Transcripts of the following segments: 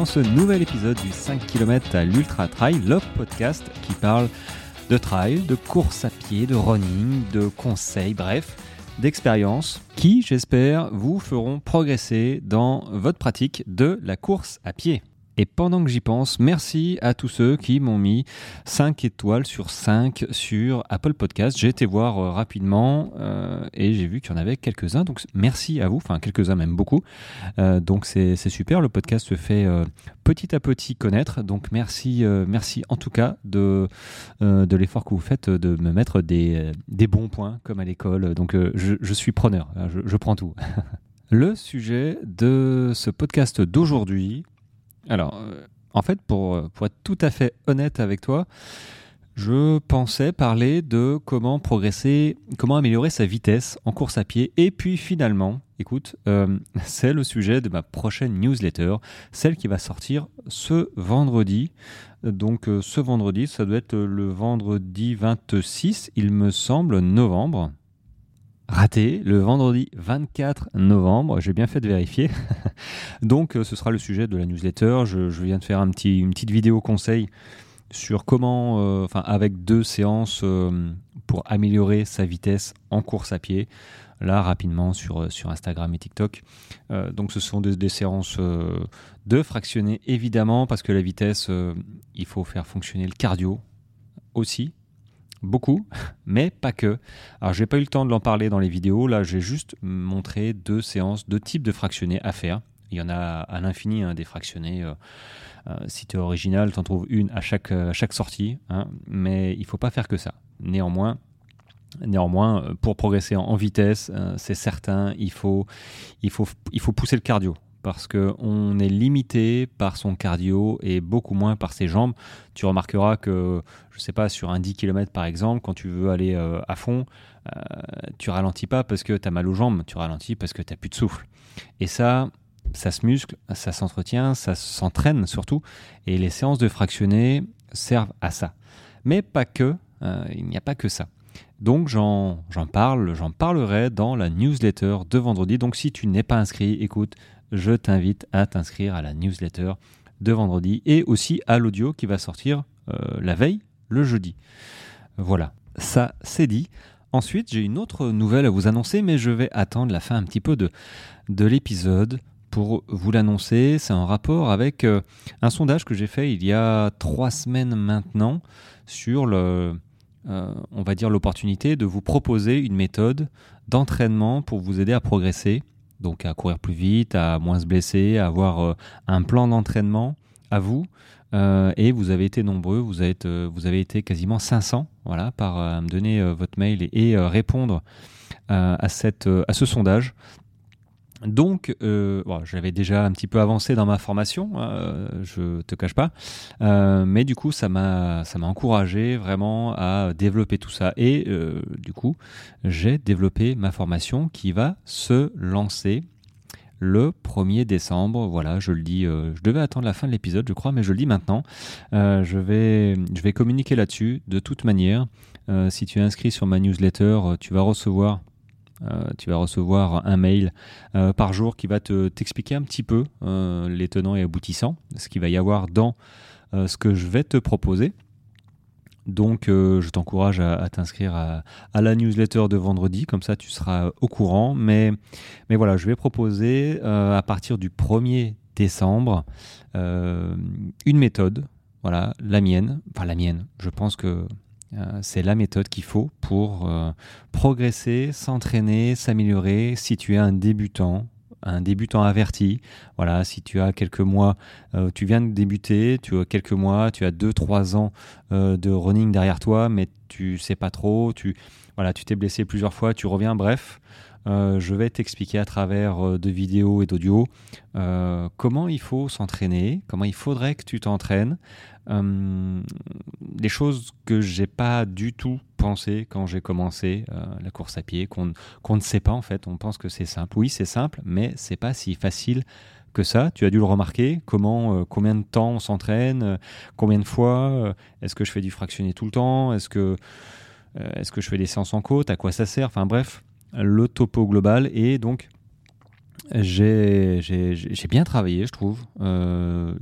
ce nouvel épisode du 5 km à l'Ultra Trail, le podcast qui parle de trail, de course à pied, de running, de conseils, bref, d'expériences qui, j'espère, vous feront progresser dans votre pratique de la course à pied. Et pendant que j'y pense, merci à tous ceux qui m'ont mis 5 étoiles sur 5 sur Apple Podcast. J'ai été voir rapidement et j'ai vu qu'il y en avait quelques-uns. Donc merci à vous, enfin quelques-uns même beaucoup. Donc c'est super, le podcast se fait petit à petit connaître. Donc merci en tout cas de l'effort que vous faites de me mettre des bons points comme à l'école. Donc je suis preneur, je prends tout. Le sujet de ce podcast d'aujourd'hui... Alors, en fait, pour être tout à fait honnête avec toi, je pensais parler de comment progresser, comment améliorer sa vitesse en course à pied. Et puis finalement, écoute, c'est le sujet de ma prochaine newsletter, celle qui va sortir ce vendredi. Donc ce vendredi, ça doit être le vendredi 26, il me semble, novembre. Raté, le vendredi 24 novembre, j'ai bien fait de vérifier. Donc ce sera le sujet de la newsletter. Je viens de faire une petite vidéo conseil sur comment, avec 2 séances pour améliorer sa vitesse en course à pied, là rapidement sur Instagram et TikTok. Donc ce sont des séances de fractionner évidemment, parce que la vitesse, il faut faire fonctionner le cardio aussi. Beaucoup, mais pas que. Alors, j'ai pas eu le temps de l'en parler dans les vidéos. Là, j'ai juste montré 2 séances, 2 types de fractionnés à faire. Il y en a à l'infini, des fractionnés. Si tu es original, tu en trouves une à chaque sortie. Mais il faut pas faire que ça. Néanmoins, pour progresser en vitesse, c'est certain, il faut pousser le cardio. Parce qu'on est limité par son cardio et beaucoup moins par ses jambes. Tu remarqueras que, je ne sais pas, sur un 10 km par exemple, quand tu veux aller à fond, tu ralentis pas parce que tu as mal aux jambes, tu ralentis parce que tu n'as plus de souffle. Et ça se muscle, ça s'entretient, ça s'entraîne surtout. Et les séances de fractionnés servent à ça. Mais pas que, il n'y a pas que ça. Donc j'en parlerai dans la newsletter de vendredi. Donc si tu n'es pas inscrit, écoute, je t'invite à t'inscrire à la newsletter de vendredi et aussi à l'audio qui va sortir la veille, le jeudi. Voilà, ça c'est dit. Ensuite, j'ai une autre nouvelle à vous annoncer, mais je vais attendre la fin un petit peu de l'épisode pour vous l'annoncer. C'est en rapport avec un sondage que j'ai fait il y a 3 semaines maintenant sur on va dire l'opportunité de vous proposer une méthode d'entraînement pour vous aider à progresser. Donc à courir plus vite, à moins se blesser, à avoir un plan d'entraînement à vous. Et vous avez été nombreux, vous avez été quasiment 500 par me donner votre mail et répondre à ce sondage. Donc, j'avais déjà un petit peu avancé dans ma formation, je te cache pas, mais du coup, ça m'a encouragé vraiment à développer tout ça. Et du coup, j'ai développé ma formation qui va se lancer le 1er décembre. Voilà, je le dis, je devais attendre la fin de l'épisode, je crois, mais je le dis maintenant. Je vais communiquer là-dessus de toute manière. Si tu es inscrit sur ma newsletter, tu vas recevoir un mail par jour qui va t'expliquer un petit peu les tenants et aboutissants, ce qu'il va y avoir dans ce que je vais te proposer. Donc je t'encourage à t'inscrire à la newsletter de vendredi, comme ça tu seras au courant. Mais voilà, je vais proposer à partir du 1er décembre une méthode, voilà, la mienne, je pense que c'est la méthode qu'il faut pour progresser, s'entraîner, s'améliorer. Si tu es un débutant averti, voilà, si tu as quelques mois, tu viens de débuter, tu as quelques mois, tu as 2-3 ans de running derrière toi, mais tu sais pas trop, tu t'es blessé plusieurs fois, tu reviens, bref. Je vais t'expliquer à travers de vidéos et d'audio comment il faut s'entraîner, comment il faudrait que tu t'entraînes, des choses que j'ai pas du tout pensé quand j'ai commencé la course à pied, qu'on ne sait pas en fait. On pense que c'est simple. Oui, c'est simple, mais c'est pas si facile que ça. Tu as dû le remarquer. Combien de temps on s'entraîne, combien de fois, est-ce que je fais du fractionné tout le temps, est-ce que je fais des séances en côte, à quoi ça sert, enfin bref, le topo global. Et donc j'ai bien travaillé, je trouve,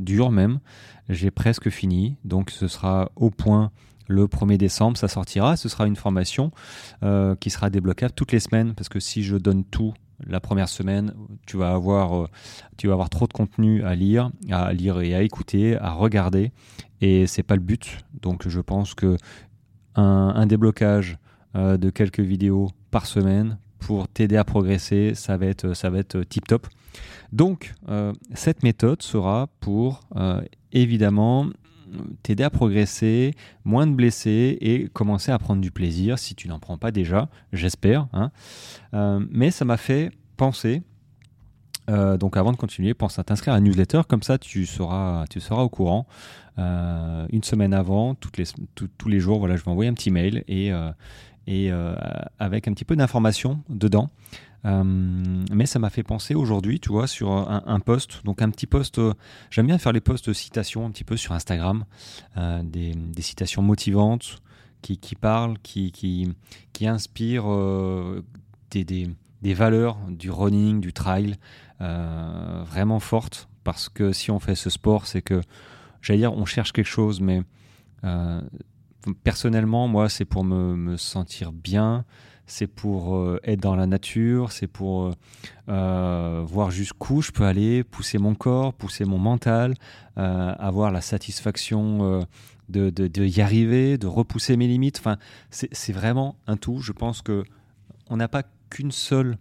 dur même. J'ai presque fini, donc ce sera au point le 1er décembre, ça sortira. Ce sera une formation qui sera débloquable toutes les semaines, parce que si je donne tout la première semaine, tu vas avoir trop de contenu à lire et à écouter, à regarder, et c'est pas le but. Donc je pense que un déblocage de quelques vidéos par semaine pour t'aider à progresser, ça va être tip top. Donc cette méthode sera pour évidemment t'aider à progresser, moins te blesser et commencer à prendre du plaisir si tu n'en prends pas déjà, j'espère. Mais ça m'a fait penser, donc avant de continuer, pense à t'inscrire à la newsletter, comme ça tu seras au courant. Une semaine avant, tous les jours, voilà, je vais envoyer un petit mail et avec un petit peu d'informations dedans. Mais ça m'a fait penser aujourd'hui, tu vois, sur un post, donc un petit post, j'aime bien faire les posts de citations un petit peu sur Instagram, des citations motivantes qui parlent, qui inspirent des valeurs du running, du trail, vraiment fortes, parce que si on fait ce sport, c'est que, j'allais dire, on cherche quelque chose, mais personnellement, moi, c'est pour me sentir bien. C'est pour être dans la nature, c'est pour voir jusqu'où je peux aller, pousser mon corps, pousser mon mental, avoir la satisfaction de y arriver, de repousser mes limites. Enfin, c'est vraiment un tout. Je pense qu'on n'a pas qu'une seule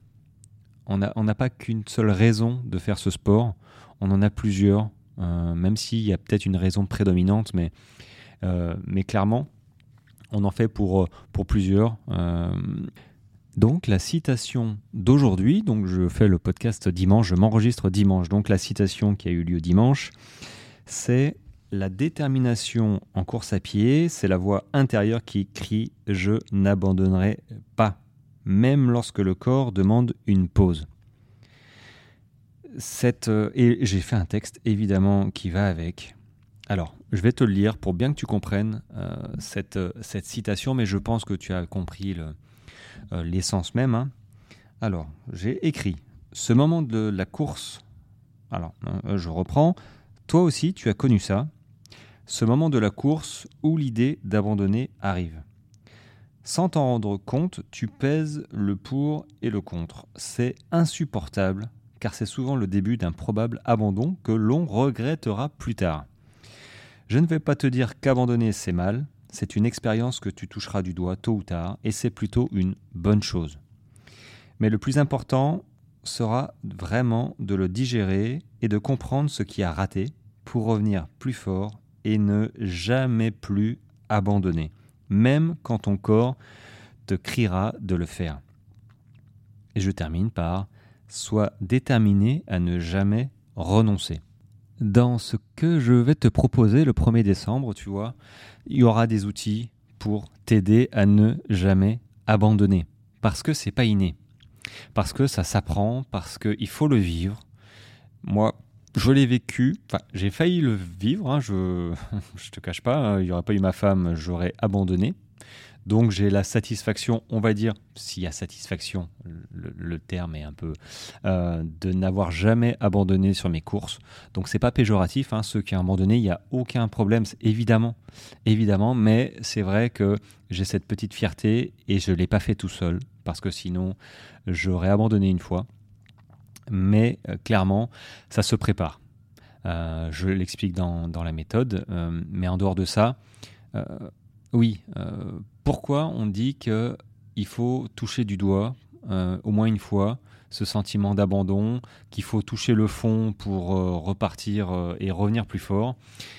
raison de faire ce sport. On en a plusieurs, même s'il y a peut-être une raison prédominante, mais clairement, on en fait pour plusieurs. Donc la citation d'aujourd'hui, donc je fais le podcast dimanche, je m'enregistre dimanche, donc la citation qui a eu lieu dimanche, c'est « La détermination en course à pied, c'est la voix intérieure qui crie « Je n'abandonnerai pas », même lorsque le corps demande une pause ». Et j'ai fait un texte évidemment qui va avec. Alors, je vais te le lire pour bien que tu comprennes cette citation, mais je pense que tu as compris l'essence même. Alors, j'ai écrit « Ce moment de la course », alors je reprends, « Toi aussi, tu as connu ça, ce moment de la course où l'idée d'abandonner arrive. Sans t'en rendre compte, tu pèses le pour et le contre. C'est insupportable, car c'est souvent le début d'un probable abandon que l'on regrettera plus tard. Je ne vais pas te dire qu'abandonner c'est mal, c'est une expérience que tu toucheras du doigt tôt ou tard et c'est plutôt une bonne chose. Mais le plus important sera vraiment de le digérer et de comprendre ce qui a raté pour revenir plus fort et ne jamais plus abandonner, même quand ton corps te criera de le faire. Et je termine par « Sois déterminé à ne jamais renoncer ». Dans ce que je vais te proposer le 1er décembre, tu vois, il y aura des outils pour t'aider à ne jamais abandonner. Parce que c'est pas inné. Parce que ça s'apprend, parce qu'il faut le vivre. Moi, je l'ai vécu, enfin, j'ai failli le vivre, je te cache pas, il n'y aurait pas eu ma femme, j'aurais abandonné. Donc j'ai la satisfaction, on va dire, s'il y a satisfaction, le terme est un peu, de n'avoir jamais abandonné sur mes courses. Donc c'est pas péjoratif, ceux qui ont abandonné, il n'y a aucun problème, évidemment, mais c'est vrai que j'ai cette petite fierté et je ne l'ai pas fait tout seul, parce que sinon j'aurais abandonné une fois. Mais clairement, ça se prépare. Je l'explique dans la méthode, mais en dehors de ça, oui, pourquoi on dit qu'il faut toucher du doigt au moins une fois ce sentiment d'abandon, qu'il faut toucher le fond pour repartir et revenir plus fort.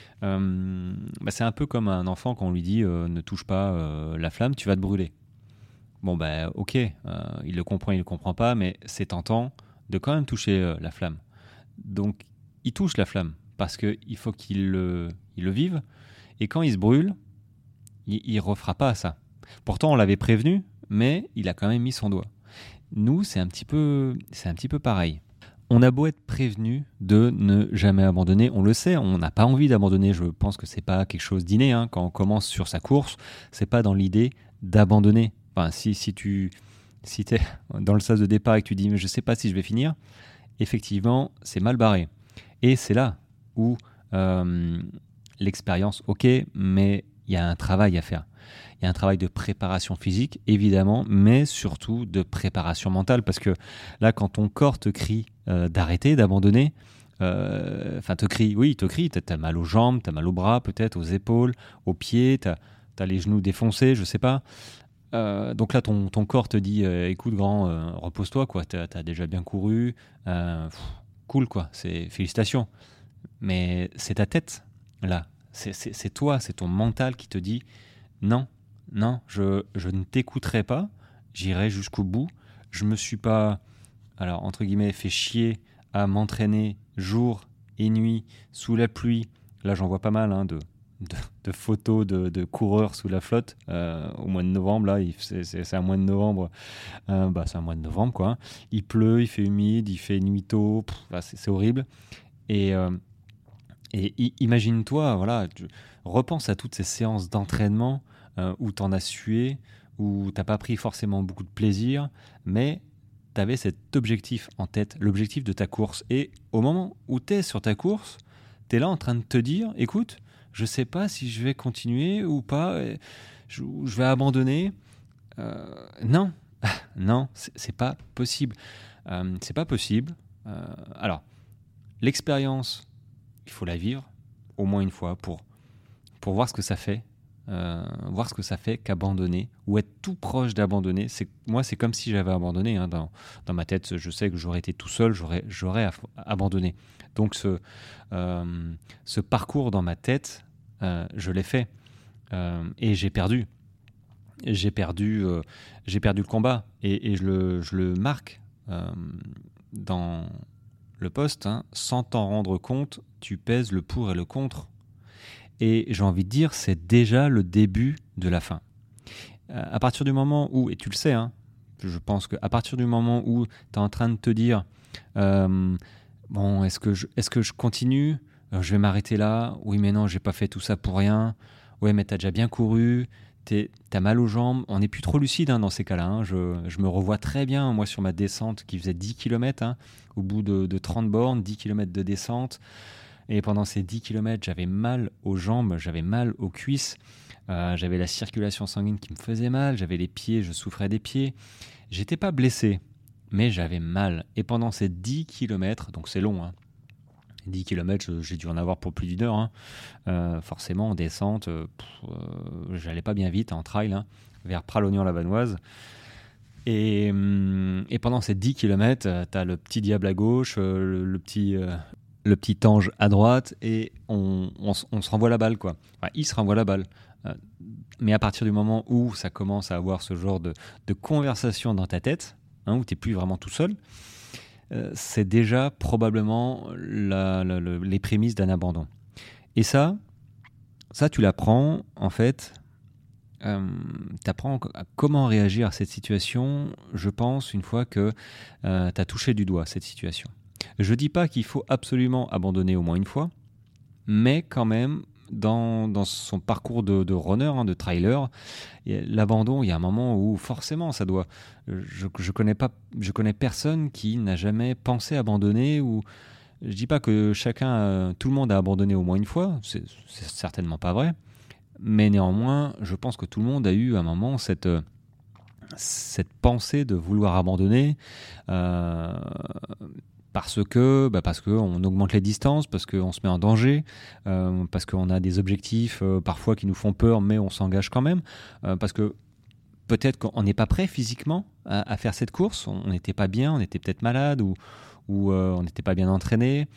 C'est un peu comme un enfant quand on lui dit ne touche pas la flamme, tu vas te brûler. Bon ok, il le comprend pas, mais c'est tentant de quand même toucher la flamme. Donc il touche la flamme parce qu'il faut qu'il le vive, et quand il se brûle, il refera pas ça. Pourtant, on l'avait prévenu, mais il a quand même mis son doigt. Nous, c'est un petit peu pareil. On a beau être prévenu de ne jamais abandonner, on le sait, on n'a pas envie d'abandonner. Je pense que c'est pas quelque chose d'inné. Quand on commence sur sa course, c'est pas dans l'idée d'abandonner. Enfin, si t'es dans le sas de départ et que tu dis mais je sais pas si je vais finir, effectivement, c'est mal barré. Et c'est là où l'expérience, ok, mais il y a un travail à faire. Il y a un travail de préparation physique, évidemment, mais surtout de préparation mentale. Parce que là, quand ton corps te crie d'arrêter, d'abandonner, te crie, t'as mal aux jambes, t'as mal aux bras, peut-être, aux épaules, aux pieds, t'as les genoux défoncés, je sais pas. Donc là, ton corps te dit, écoute, grand, repose-toi, quoi. T'as déjà bien couru, cool, quoi. Félicitations. Mais c'est ta tête, là. C'est toi, c'est ton mental qui te dit, non, je ne t'écouterai pas, j'irai jusqu'au bout. Je me suis pas, alors entre guillemets, fait chier à m'entraîner jour et nuit sous la pluie. Là, j'en vois pas mal de photos de coureurs sous la flotte au mois de novembre. Là, c'est un mois de novembre. C'est un mois de novembre, quoi. Il pleut, il fait humide, il fait nuit tôt. C'est horrible. Et imagine-toi, voilà, repense à toutes ces séances d'entraînement où tu en as sué, où tu n'as pas pris forcément beaucoup de plaisir, mais tu avais cet objectif en tête, l'objectif de ta course. Et au moment où tu es sur ta course, tu es là en train de te dire, écoute, je ne sais pas si je vais continuer ou pas, je vais abandonner. Non, non, c'est pas possible. C'est pas possible. Alors, l'expérience, il faut la vivre au moins une fois pour voir ce que ça fait, voir ce que ça fait qu'abandonner ou être tout proche d'abandonner. Moi, c'est comme si j'avais abandonné. Dans ma tête, je sais que j'aurais été tout seul, j'aurais abandonné. Donc ce parcours dans ma tête, je l'ai fait et j'ai perdu. J'ai perdu le combat et je le marque dans le poste, sans t'en rendre compte, tu pèses le pour et le contre. Et j'ai envie de dire, c'est déjà le début de la fin. À partir du moment où, et tu le sais, je pense qu'à partir du moment où tu es en train de te dire, est-ce que je continue ? Je vais m'arrêter là. Oui, mais non, j'ai pas fait tout ça pour rien. Ouais, mais t'as déjà bien couru. T'as mal aux jambes. On n'est plus trop lucide dans ces cas-là. Je me revois très bien, moi, sur ma descente qui faisait 10 km, au bout de 30 bornes, 10 km de descente. Et pendant ces 10 km, j'avais mal aux jambes, j'avais mal aux cuisses, j'avais la circulation sanguine qui me faisait mal, j'avais les pieds, je souffrais des pieds. J'étais pas blessé, mais j'avais mal. Et pendant ces 10 km, donc c'est long, 10 km, j'ai dû en avoir pour plus d'une heure. Forcément, en descente, j'allais pas bien vite en trail, vers Pralognan-la-Vanoise. Et pendant ces 10 km, tu as le petit diable à gauche, le petit ange à droite, et on se renvoie la balle, quoi. Enfin, il se renvoie la balle. Mais à partir du moment où ça commence à avoir ce genre de conversation dans ta tête, où tu n'es plus vraiment tout seul, c'est déjà probablement les prémices d'un abandon. Et ça tu l'apprends, en fait, tu apprends à comment réagir à cette situation, je pense, une fois que tu as touché du doigt cette situation. Je ne dis pas qu'il faut absolument abandonner au moins une fois, mais quand même, dans son parcours de runner, de trailer, l'abandon, il y a un moment où forcément ça doit... Je connais personne qui n'a jamais pensé abandonner, ou je dis pas que tout le monde a abandonné au moins une fois, c'est certainement pas vrai, mais néanmoins, je pense que tout le monde a eu à un moment cette pensée de vouloir abandonner, parce qu'on augmente les distances, parce qu'on se met en danger, parce qu'on a des objectifs parfois qui nous font peur, mais on s'engage quand même, parce que peut-être qu'on n'est pas prêt physiquement à faire cette course, on n'était pas bien, on était peut-être malade, ou on n'était pas bien entraîné,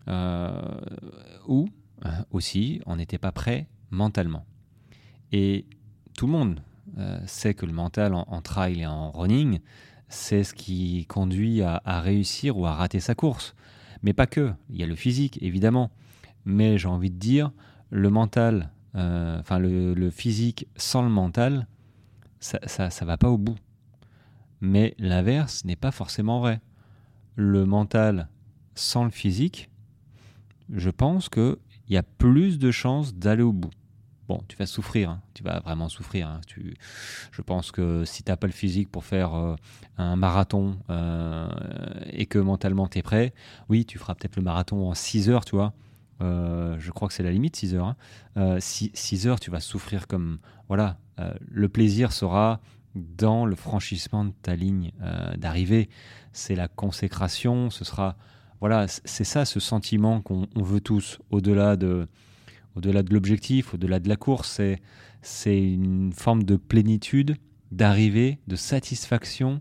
ou aussi on n'était pas prêt mentalement. Et tout le monde sait que le mental en trail et en running, c'est ce qui conduit à réussir ou à rater sa course. Mais pas que. Il y a le physique, évidemment. Mais j'ai envie de dire, le mental, le physique sans le mental, ça va pas au bout. Mais l'inverse n'est pas forcément vrai. Le mental sans le physique, je pense qu'il y a plus de chances d'aller au bout. Bon, tu vas souffrir, tu vas vraiment souffrir. Je pense que si tu n'as pas le physique pour faire un marathon et que mentalement tu es prêt, oui, tu feras peut-être le marathon en 6 heures, tu vois, Je crois que c'est la limite, 6 heures. 6 heures, tu vas souffrir comme... Voilà, le plaisir sera dans le franchissement de ta ligne d'arrivée. C'est la consécration, ce sera... Voilà, c'est ça ce sentiment qu'on veut tous, au-delà de l'objectif, au-delà de la course. C'est une forme de plénitude, d'arrivée, de satisfaction,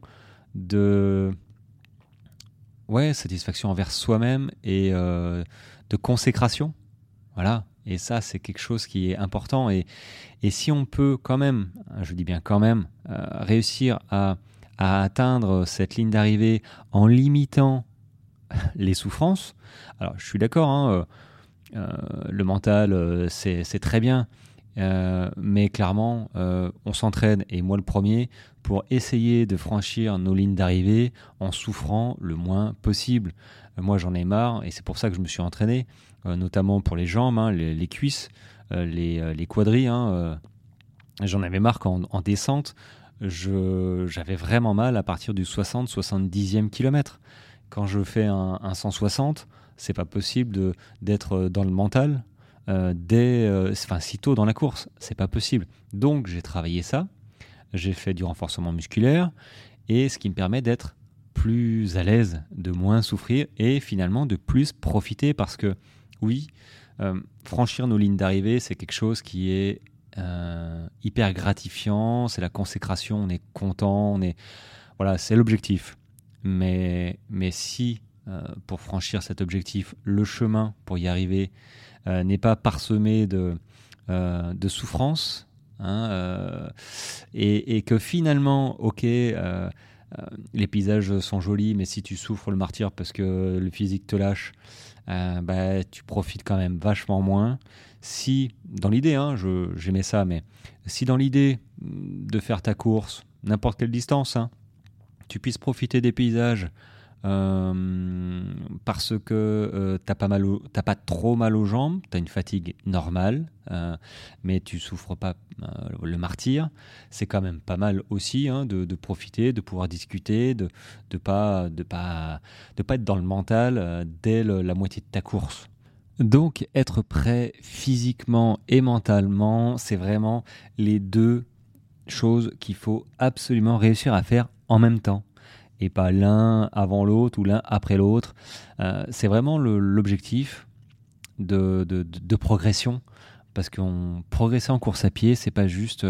satisfaction envers soi-même et de consécration. Voilà. Et ça, c'est quelque chose qui est important. Et si on peut quand même, je dis bien quand même, réussir à atteindre cette ligne d'arrivée en limitant les souffrances, alors je suis d'accord, hein, le mental, c'est très bien. Mais clairement, on s'entraîne, et moi le premier, pour essayer de franchir nos lignes d'arrivée en souffrant le moins possible. Moi j'en ai marre, et c'est pour ça que je me suis entraîné, notamment pour les jambes, hein, les cuisses, les quadris. Hein, j'en avais marre qu'en descente, j'avais vraiment mal à partir du 60-70e kilomètre. Quand je fais un 160, c'est pas possible d'être dans le mental si tôt dans la course, c'est pas possible. Donc j'ai travaillé ça, j'ai fait du renforcement musculaire, et ce qui me permet d'être plus à l'aise, de moins souffrir et finalement de plus profiter, parce que oui, franchir nos lignes d'arrivée, c'est quelque chose qui est hyper gratifiant, c'est la consécration, on est content, voilà, c'est l'objectif. Mais si pour franchir cet objectif, le chemin pour y arriver n'est pas parsemé de souffrance, hein, et que finalement, les paysages sont jolis, mais si tu souffres le martyre parce que le physique te lâche, tu profites quand même vachement moins. Si, dans l'idée, hein, j'aimais ça, mais si dans l'idée de faire ta course, n'importe quelle distance, hein, tu puisses profiter des paysages parce que t'as pas trop mal aux jambes, t'as une fatigue normale, mais tu souffres pas le martyre, c'est quand même pas mal aussi, hein, de profiter, de pouvoir discuter, de pas être dans le mental dès la moitié de ta course. Donc être prêt physiquement et mentalement, c'est vraiment les deux choses qu'il faut absolument réussir à faire en même temps, et pas l'un avant l'autre ou l'un après l'autre. C'est vraiment l'objectif de progression, parce qu'on progresser en course à pied, c'est pas juste,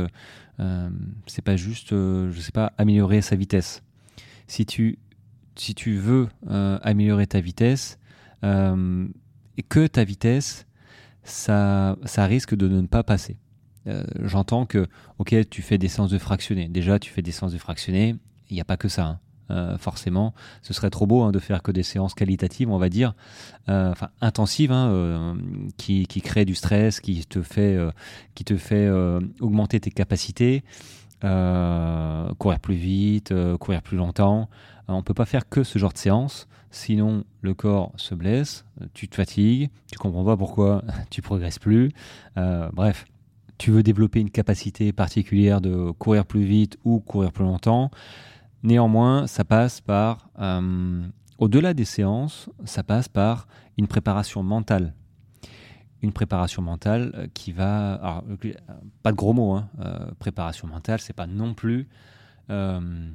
je sais pas, améliorer sa vitesse. Si tu veux améliorer ta vitesse, et que ta vitesse, ça risque de ne pas passer. J'entends que, tu fais des séances de fractionnés. Déjà, tu fais des séances de fractionnés, il n'y a pas que ça, hein. Forcément, ce serait trop beau, hein, de faire que des séances qualitatives, on va dire, intensives, hein, qui créent du stress, qui te fait augmenter tes capacités, courir plus vite, courir plus longtemps. On peut pas faire que ce genre de séance, sinon le corps se blesse, tu te fatigues, tu comprends pas pourquoi tu progresses plus. Bref, tu veux développer une capacité particulière de courir plus vite ou courir plus longtemps. Néanmoins, ça passe par, au-delà des séances, ça passe par une préparation mentale. Une préparation mentale qui va... Alors, pas de gros mots, hein. Préparation mentale, c'est pas non plus un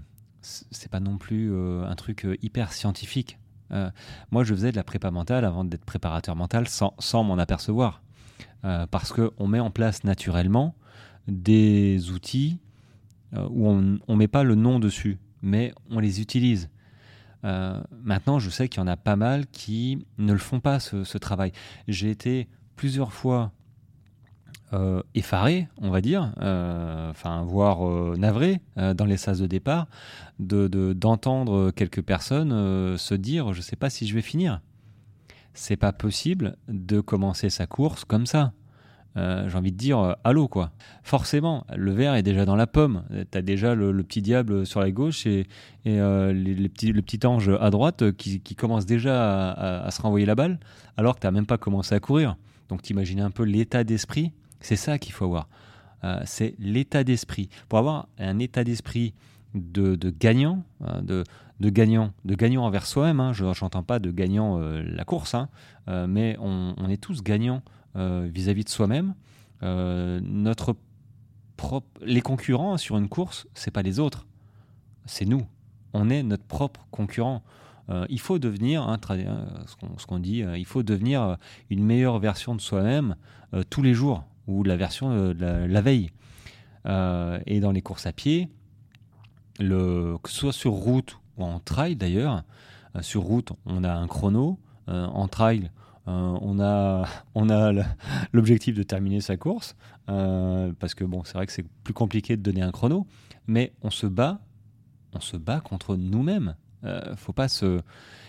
truc hyper scientifique. Moi, je faisais de la prépa mentale avant d'être préparateur mental sans m'en apercevoir. Parce qu'on met en place naturellement des outils où on ne met pas le nom dessus, mais on les utilise. Maintenant, je sais qu'il y en a pas mal qui ne le font pas, ce travail. J'ai été plusieurs fois effaré, on va dire, voire navré dans les sas de départ, d'entendre quelques personnes se dire « je ne sais pas si je vais finir ». C'est pas possible de commencer sa course comme ça. J'ai envie de dire allô, quoi. Forcément, le verre est déjà dans la pomme. T'as déjà le petit diable sur la gauche et le petit ange à droite qui commence déjà à se renvoyer la balle, alors que t'as même pas commencé à courir. Donc t'imagines un peu l'état d'esprit. C'est ça qu'il faut avoir. C'est l'état d'esprit. Pour avoir un état d'esprit de gagnant, de gagnant envers soi-même. Hein. Je n'entends pas de gagnant la course, hein, mais on est tous gagnants vis-à-vis de soi-même. Les concurrents sur une course, c'est pas les autres, c'est nous. On est notre propre concurrent. Il faut devenir, ce qu'on dit, il faut devenir une meilleure version de soi-même tous les jours, ou la version de la veille. Et dans les courses à pied, que ce soit sur route ou en trail d'ailleurs, sur route, on a un chrono, en trail, on a l'objectif de terminer sa course, parce que bon, c'est vrai que c'est plus compliqué de donner un chrono, mais on se bat contre nous-mêmes. Faut pas se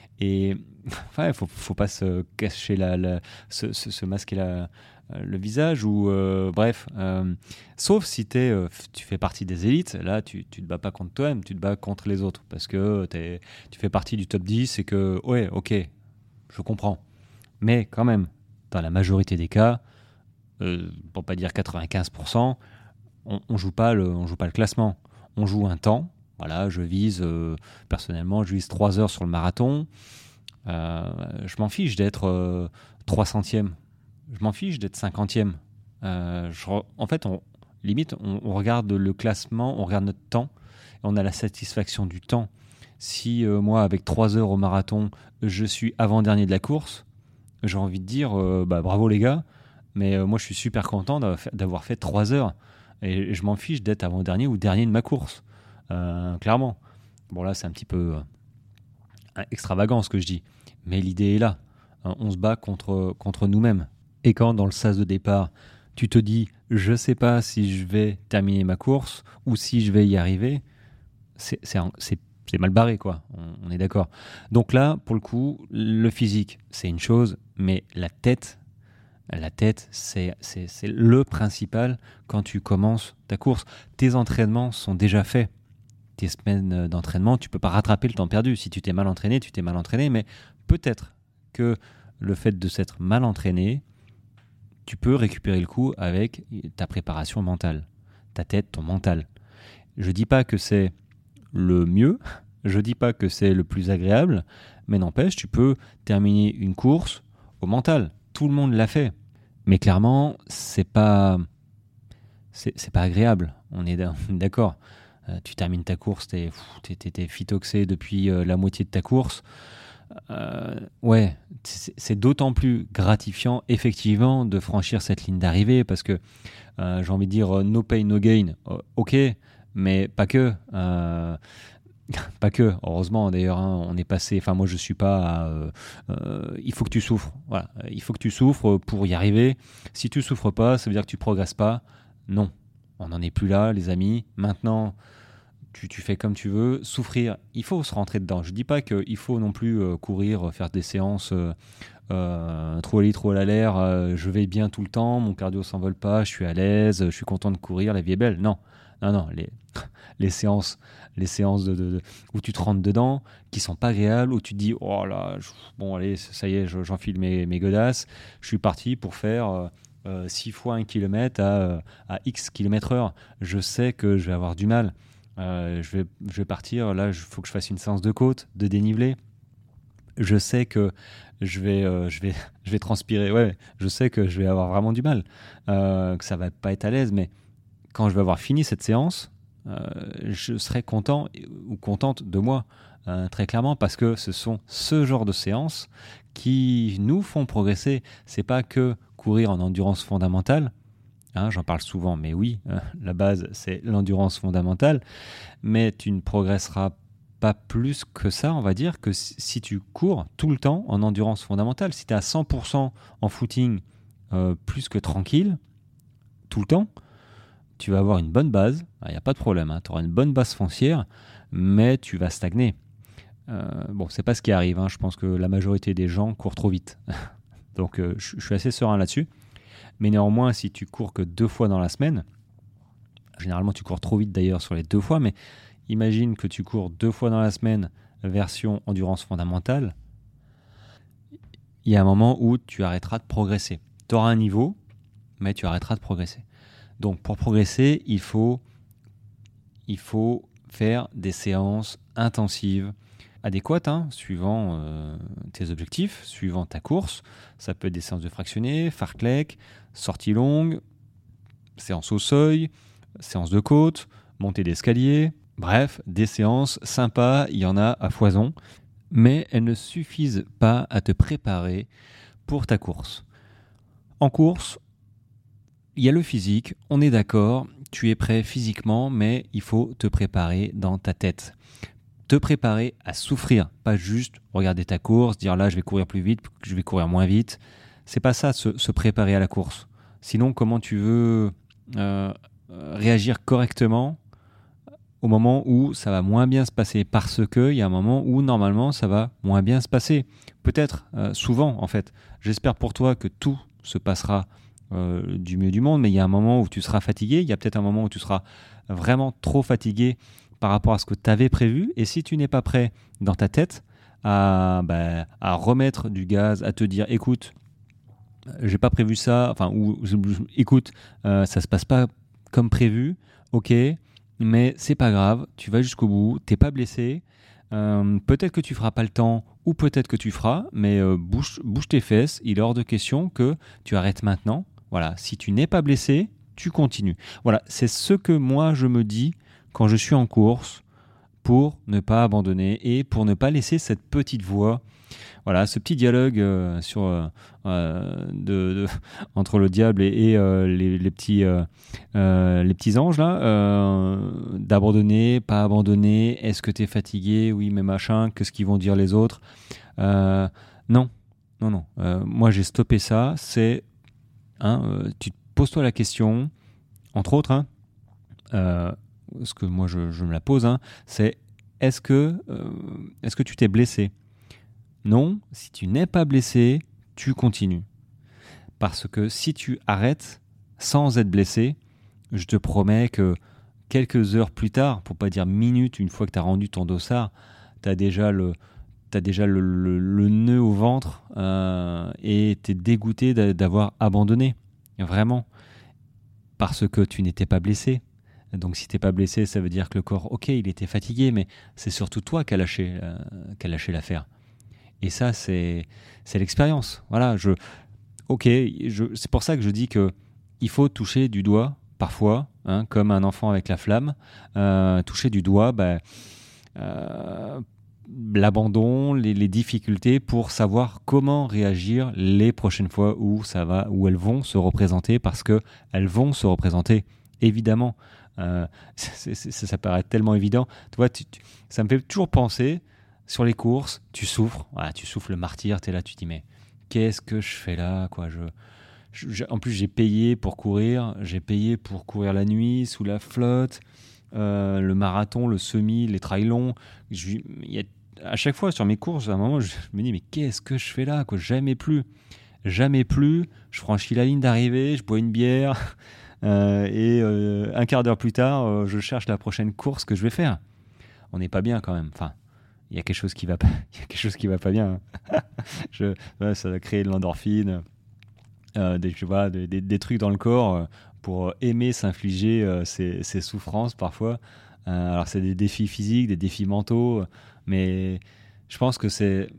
faut pas se cacher se masquer le visage ou bref, sauf si tu fais partie des élites. Là tu te bats pas contre toi-même, tu te bats contre les autres parce que tu fais partie du top 10 et que ouais, ok, je comprends, mais quand même dans la majorité des cas, pour pas dire 95%, on joue pas le classement, on joue un temps. Voilà, personnellement, je vise 3 heures sur le marathon. Je m'en fiche d'être 300e. Je m'en fiche d'être 50e. En fait, on regarde le classement, on regarde notre temps, et on a la satisfaction du temps. Si moi, avec 3 heures au marathon, je suis avant-dernier de la course, j'ai envie de dire bravo les gars, mais moi je suis super content d'avoir fait 3 heures. Et je m'en fiche d'être avant-dernier ou dernier de ma course. Clairement. Bon là c'est un petit peu extravagant ce que je dis, mais l'idée est là. On se bat contre nous-mêmes. Et quand dans le sas de départ, tu te dis je sais pas si je vais terminer ma course ou si je vais y arriver, c'est mal barré quoi. On est d'accord. Donc là pour le coup, le physique c'est une chose, mais la tête c'est le principal quand tu commences ta course. Tes entraînements sont déjà faits. Tes semaines d'entraînement, tu peux pas rattraper le temps perdu. Si tu t'es mal entraîné, mais peut-être que le fait de s'être mal entraîné, tu peux récupérer le coup avec ta préparation mentale, ta tête, ton mental. Je dis pas que c'est le mieux, je dis pas que c'est le plus agréable, mais n'empêche, tu peux terminer une course au mental. Tout le monde l'a fait. Mais clairement, c'est pas agréable. On est d'accord. Tu termines ta course, t'es phytoxé depuis la moitié de ta course. Ouais, c'est d'autant plus gratifiant, effectivement, de franchir cette ligne d'arrivée parce que j'ai envie de dire no pain, no gain. Ok, mais pas que. Pas que, heureusement d'ailleurs, hein, on est passé. Enfin, moi je suis pas. Il faut que tu souffres. Voilà, il faut que tu souffres pour y arriver. Si tu souffres pas, ça veut dire que tu progresses pas. Non, on n'en est plus là, les amis. Maintenant, tu fais comme tu veux. Souffrir, il faut se rentrer dedans. Je dis pas qu'il faut non plus courir, faire des séances trop à l'air. Je vais bien tout le temps, mon cardio s'envole pas, je suis à l'aise, je suis content de courir, la vie est belle. Non, les séances où tu te rentres dedans, qui sont pas agréables, où tu te dis oh là, bon allez, ça y est, j'enfile mes godasses, je suis parti pour faire 6 fois 1 km à X km/h. Je sais que je vais avoir du mal. Je vais partir, là il faut que je fasse une séance de côte, de dénivelé. Je sais que je vais transpirer, ouais, je sais que je vais avoir vraiment du mal, que ça va pas être à l'aise, mais quand je vais avoir fini cette séance, je serai content ou contente de moi, très clairement, parce que ce sont ce genre de séances qui nous font progresser. C'est pas que courir en endurance fondamentale, hein, j'en parle souvent, mais oui, la base c'est l'endurance fondamentale, mais tu ne progresseras pas plus que ça, on va dire, que si tu cours tout le temps en endurance fondamentale. Si tu es à 100% en footing, plus que tranquille, tout le temps, tu vas avoir une bonne base, il n'y a pas de problème, hein, tu auras une bonne base foncière, mais tu vas stagner. Bon, c'est pas ce qui arrive, hein, je pense que la majorité des gens courent trop vite. Donc je suis assez serein là-dessus. Mais néanmoins, si tu cours que 2 fois dans la semaine, généralement tu cours trop vite d'ailleurs sur les 2 fois, mais imagine que tu cours 2 fois dans la semaine version endurance fondamentale, il y a un moment où tu arrêteras de progresser. Tu auras un niveau, mais tu arrêteras de progresser. Donc pour progresser, il faut faire des séances intensives, adéquates, suivant tes objectifs, suivant ta course. Ça peut être des séances de fractionnés, fartlek, sortie longue, séance au seuil, séance de côte, montée d'escalier. Bref, des séances sympas, il y en a à foison, mais elles ne suffisent pas à te préparer pour ta course. En course, il y a le physique, on est d'accord, tu es prêt physiquement, mais il faut te préparer dans ta tête. Te préparer à souffrir, pas juste regarder ta course, dire là je vais courir plus vite, je vais courir moins vite. C'est pas ça, se préparer à la course. Sinon, comment tu veux réagir correctement au moment où ça va moins bien se passer, parce qu'il y a un moment où normalement ça va moins bien se passer. Peut-être, souvent en fait. J'espère pour toi que tout se passera du mieux du monde, mais il y a un moment où tu seras fatigué, il y a peut-être un moment où tu seras vraiment trop fatigué par rapport à ce que tu avais prévu, et si tu n'es pas prêt dans ta tête à remettre du gaz, à te dire écoute, j'ai pas prévu ça, écoute, ça se passe pas comme prévu, ok, mais c'est pas grave, tu vas jusqu'au bout, t'es pas blessé, peut-être que tu feras pas le temps, ou peut-être que tu feras, mais bouge tes fesses, il est hors de question que tu arrêtes maintenant. Voilà, si tu n'es pas blessé, tu continues. Voilà, c'est ce que moi je me dis quand je suis en course, pour ne pas abandonner et pour ne pas laisser cette petite voix, voilà, ce petit dialogue entre le diable et les petits anges là, d'abandonner, pas abandonner, est-ce que tu es fatigué, oui mais machin, qu'est-ce qu'ils vont dire les autres, non, moi j'ai stoppé ça, c'est tu poses-toi la question, entre autres, ce que moi je me la pose, c'est est-ce que tu t'es blessé ? Non, si tu n'es pas blessé, tu continues. Parce que si tu arrêtes sans être blessé, je te promets que quelques heures plus tard, pour pas dire minutes, une fois que tu as rendu ton dossard, tu as déjà le nœud au ventre et tu es dégoûté d'avoir abandonné. Vraiment. Parce que tu n'étais pas blessé. Donc si tu n'es pas blessé, ça veut dire que le corps, ok, il était fatigué, mais c'est surtout toi qui as lâché l'affaire. Et ça, c'est l'expérience. Voilà, c'est pour ça que je dis que il faut toucher du doigt, parfois, comme un enfant avec la flamme, toucher du doigt l'abandon, les difficultés pour savoir comment réagir les prochaines fois où elles vont se représenter, parce qu'elles vont se représenter, évidemment. Ça paraît tellement évident. Tu vois, ça me fait toujours penser... Sur les courses, tu souffres le martyr, tu es là, tu te dis mais qu'est-ce que je fais là quoi, en plus j'ai payé pour courir la nuit, sous la flotte, le marathon, le semi, les trails longs. À chaque fois sur mes courses, à un moment je me dis mais qu'est-ce que je fais là quoi, jamais plus, je franchis la ligne d'arrivée, je bois une bière et un quart d'heure plus tard, je cherche la prochaine course que je vais faire. On n'est pas bien quand même, enfin... Il y a quelque chose qui va pas, pas bien. Ça va créer de l'endorphine, des trucs dans le corps pour aimer s'infliger ces souffrances parfois. Alors c'est des défis physiques, des défis mentaux, mais je pense que c'est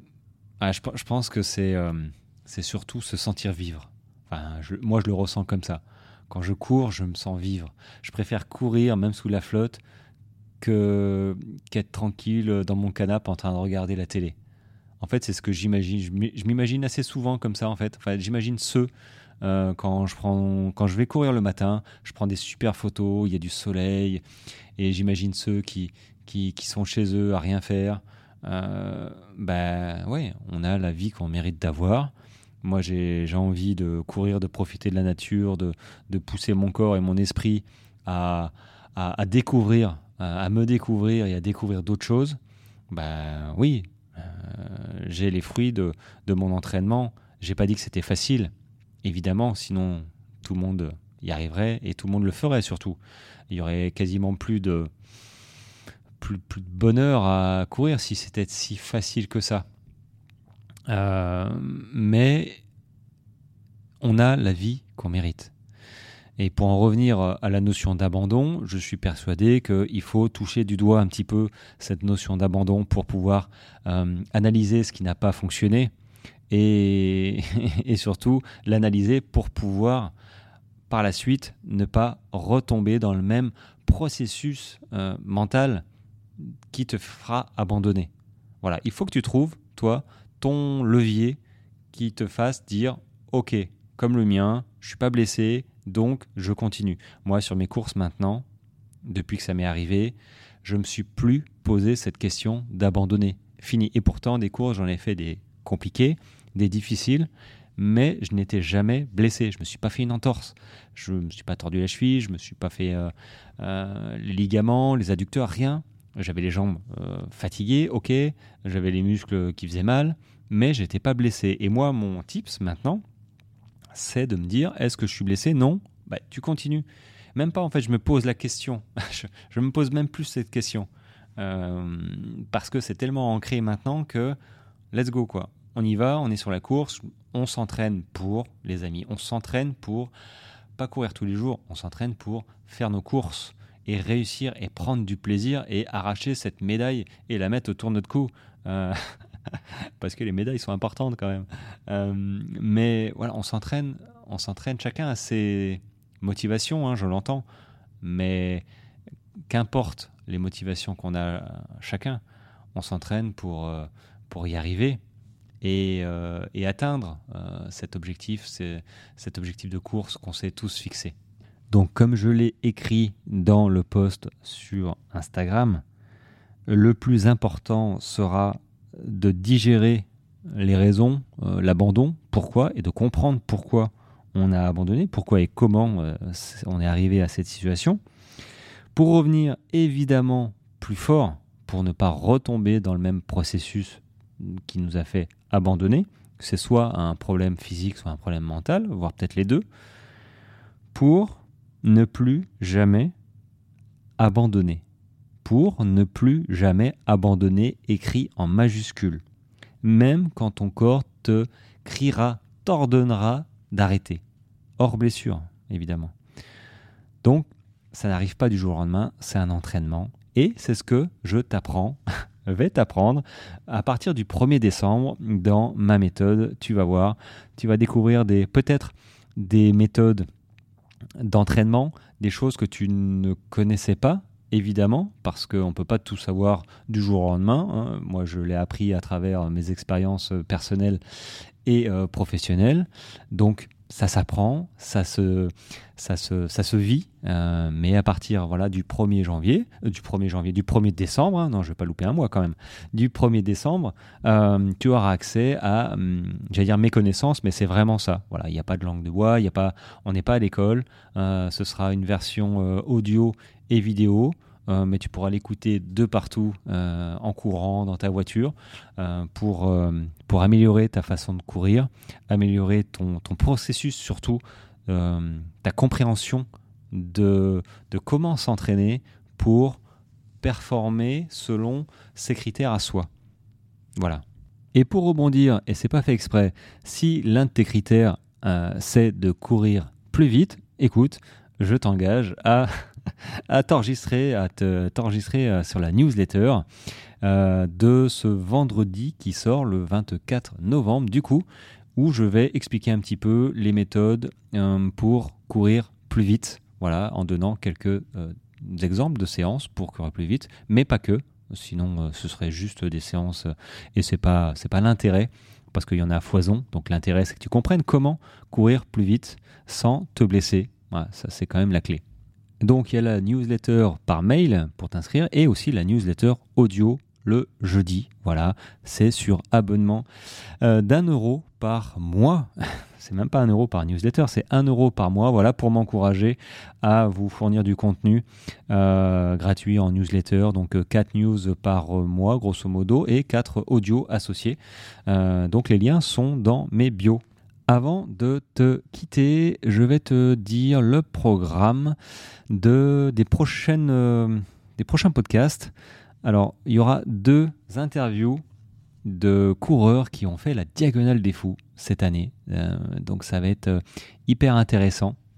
surtout se sentir vivre. Enfin, moi je le ressens comme ça. Quand je cours, je me sens vivre. Je préfère courir même sous la flotte qu'être tranquille dans mon canapé en train de regarder la télé. En fait, c'est ce que j'imagine. Je m'imagine assez souvent comme ça, en fait. Enfin, j'imagine quand je vais courir le matin, je prends des super photos, il y a du soleil, et j'imagine ceux qui sont chez eux à rien faire. Ouais, on a la vie qu'on mérite d'avoir. Moi, j'ai envie de courir, de profiter de la nature, de pousser mon corps et mon esprit à découvrir, à me découvrir et à découvrir d'autres choses. Oui, j'ai les fruits de mon entraînement. J'ai pas dit que c'était facile, évidemment, sinon tout le monde y arriverait et tout le monde le ferait surtout. Il y aurait quasiment plus de bonheur à courir si c'était si facile que ça. Mais on a la vie qu'on mérite. Et pour en revenir à la notion d'abandon, je suis persuadé qu'il faut toucher du doigt un petit peu cette notion d'abandon pour pouvoir analyser ce qui n'a pas fonctionné et, et surtout l'analyser pour pouvoir par la suite ne pas retomber dans le même processus mental qui te fera abandonner. Voilà, il faut que tu trouves, toi, ton levier qui te fasse dire « Ok, comme le mien, je ne suis pas blessé, donc je continue. » Moi, sur mes courses maintenant, depuis que ça m'est arrivé, je ne me suis plus posé cette question d'abandonner. Fini. Et pourtant, des courses, j'en ai fait des compliquées, des difficiles, mais je n'étais jamais blessé. Je ne me suis pas fait une entorse. Je ne me suis pas tordu la cheville, je ne me suis pas fait les ligaments, les adducteurs, rien. J'avais les jambes fatiguées, ok, j'avais les muscles qui faisaient mal, mais je n'étais pas blessé. Et moi, mon tips maintenant, c'est de me dire, est-ce que je suis blessé ? Non, tu continues. Même pas, en fait, je me pose la question. je me pose même plus cette question. Parce que c'est tellement ancré maintenant que let's go, quoi. On y va, on est sur la course, on s'entraîne pour, les amis, on s'entraîne pour pas courir tous les jours, on s'entraîne pour faire nos courses et réussir et prendre du plaisir et arracher cette médaille et la mettre autour de notre cou. Parce que les médailles sont importantes quand même. Mais voilà, on s'entraîne, chacun a ses motivations, hein, je l'entends, mais qu'importe les motivations qu'on a chacun, on s'entraîne pour y arriver et atteindre cet objectif de course qu'on s'est tous fixé. Donc comme je l'ai écrit dans le post sur Instagram, le plus important sera de digérer les raisons, l'abandon, pourquoi, et de comprendre pourquoi on a abandonné, pourquoi et comment on est arrivé à cette situation, pour revenir évidemment plus fort, pour ne pas retomber dans le même processus qui nous a fait abandonner, que ce soit un problème physique, soit un problème mental, voire peut-être les deux, pour ne plus jamais abandonner. Pour ne plus jamais abandonner, écrit en majuscule. Même quand ton corps te criera, t'ordonnera d'arrêter. Hors blessure, évidemment. Donc, ça n'arrive pas du jour au lendemain, c'est un entraînement. Et c'est ce que je vais t'apprendre à partir du 1er décembre dans ma méthode. Tu vas voir, tu vas découvrir peut-être des méthodes d'entraînement, des choses que tu ne connaissais pas, évidemment, parce qu'on ne peut pas tout savoir du jour au lendemain. Hein. Moi, je l'ai appris à travers mes expériences personnelles et professionnelles. Donc, ça s'apprend, ça se vit, mais à partir du 1er décembre, non, je ne vais pas louper un mois quand même, du 1er décembre, tu auras accès à, j'allais dire mes connaissances, mais c'est vraiment ça. Voilà, il n'y a pas de langue de bois, on n'est pas à l'école, ce sera une version audio et vidéo, mais tu pourras l'écouter de partout, en courant, dans ta voiture, pour améliorer ta façon de courir, améliorer ton processus surtout, ta compréhension de comment s'entraîner pour performer selon ses critères à soi. Voilà. Et pour rebondir, et c'est pas fait exprès, si l'un de tes critères c'est de courir plus vite, écoute, je t'engage à t'enregistrer sur la newsletter de ce vendredi qui sort le 24 novembre, du coup, où je vais expliquer un petit peu les méthodes pour courir plus vite, voilà, en donnant quelques exemples de séances pour courir plus vite, mais pas que, sinon ce serait juste des séances et c'est pas l'intérêt, parce qu'il y en a à foison, donc l'intérêt c'est que tu comprennes comment courir plus vite sans te blesser, voilà, ça c'est quand même la clé. Donc il y a la newsletter par mail pour t'inscrire et aussi la newsletter audio le jeudi. Voilà, c'est sur abonnement d'€1 par mois. C'est même pas 1 € par newsletter, c'est 1 € par mois. Voilà, pour m'encourager à vous fournir du contenu gratuit en newsletter. Donc 4 news par mois, grosso modo, et 4 audios associés. Donc les liens sont dans mes bios. Avant de te quitter, je vais te dire le programme des prochains podcasts. Alors, il y aura 2 interviews de coureurs qui ont fait la Diagonale des Fous cette année. Donc, ça va être hyper intéressant.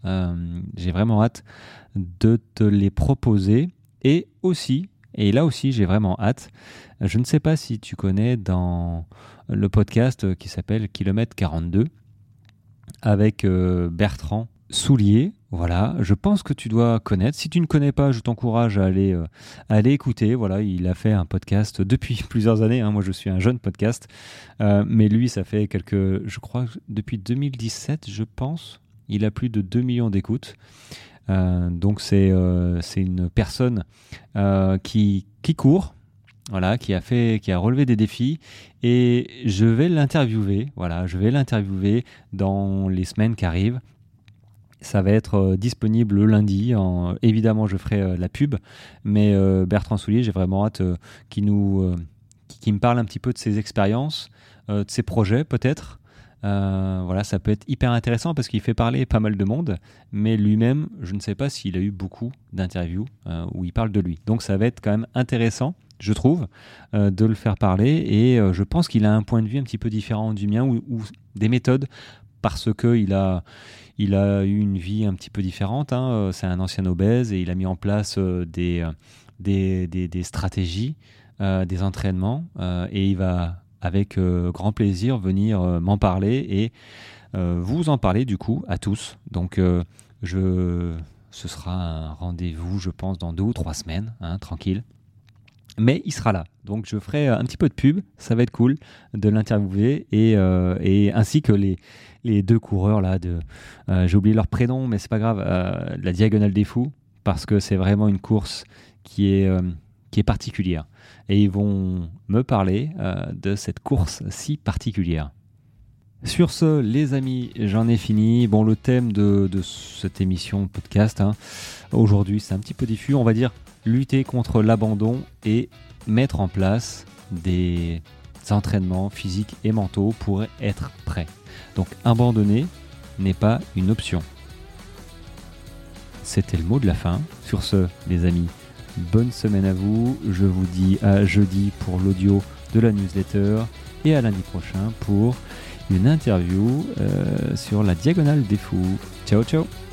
J'ai vraiment hâte de te les proposer. Et aussi, et là aussi j'ai vraiment hâte, je ne sais pas si tu connais dans le podcast qui s'appelle Kilomètre 42 avec Bertrand Soulier. Voilà, je pense que tu dois connaître. Si tu ne connais pas, je t'encourage à aller écouter. Voilà, il a fait un podcast depuis plusieurs années. Moi, je suis un jeune podcast. Mais lui, ça fait je crois, depuis 2017, je pense. Il a plus de 2 millions d'écoutes. Donc, c'est une personne qui court. Voilà, qui a relevé des défis et je vais l'interviewer. Voilà, je vais l'interviewer dans les semaines qui arrivent. Ça va être disponible le lundi. Évidemment, je ferai la pub, mais Bertrand Soulier, j'ai vraiment hâte qu'il me parle un petit peu de ses expériences, de ses projets peut-être. Voilà, ça peut être hyper intéressant parce qu'il fait parler pas mal de monde, mais lui-même, je ne sais pas s'il a eu beaucoup d'interviews où il parle de lui. Donc ça va être quand même intéressant, je trouve, de le faire parler et je pense qu'il a un point de vue un petit peu différent du mien ou des méthodes parce qu'il a eu une vie un petit peu différente. C'est un ancien obèse et il a mis en place des stratégies, des entraînements et il va avec grand plaisir venir m'en parler et vous en parler du coup à tous. Donc ce sera un rendez-vous, je pense, dans 2 ou 3 semaines, tranquille. Mais il sera là, donc je ferai un petit peu de pub, ça va être cool de l'interviewer et ainsi que les 2 coureurs là j'ai oublié leur prénom mais c'est pas grave, la Diagonale des Fous, parce que c'est vraiment une course qui est particulière et ils vont me parler de cette course si particulière. Sur ce, les amis, j'en ai fini. Bon, le thème de cette émission podcast, aujourd'hui, c'est un petit peu diffus. On va dire lutter contre l'abandon et mettre en place des entraînements physiques et mentaux pour être prêt. Donc, abandonner n'est pas une option. C'était le mot de la fin. Sur ce, les amis, bonne semaine à vous. Je vous dis à jeudi pour l'audio de la newsletter et à lundi prochain pour une interview sur la Diagonale des Fous. Ciao, ciao!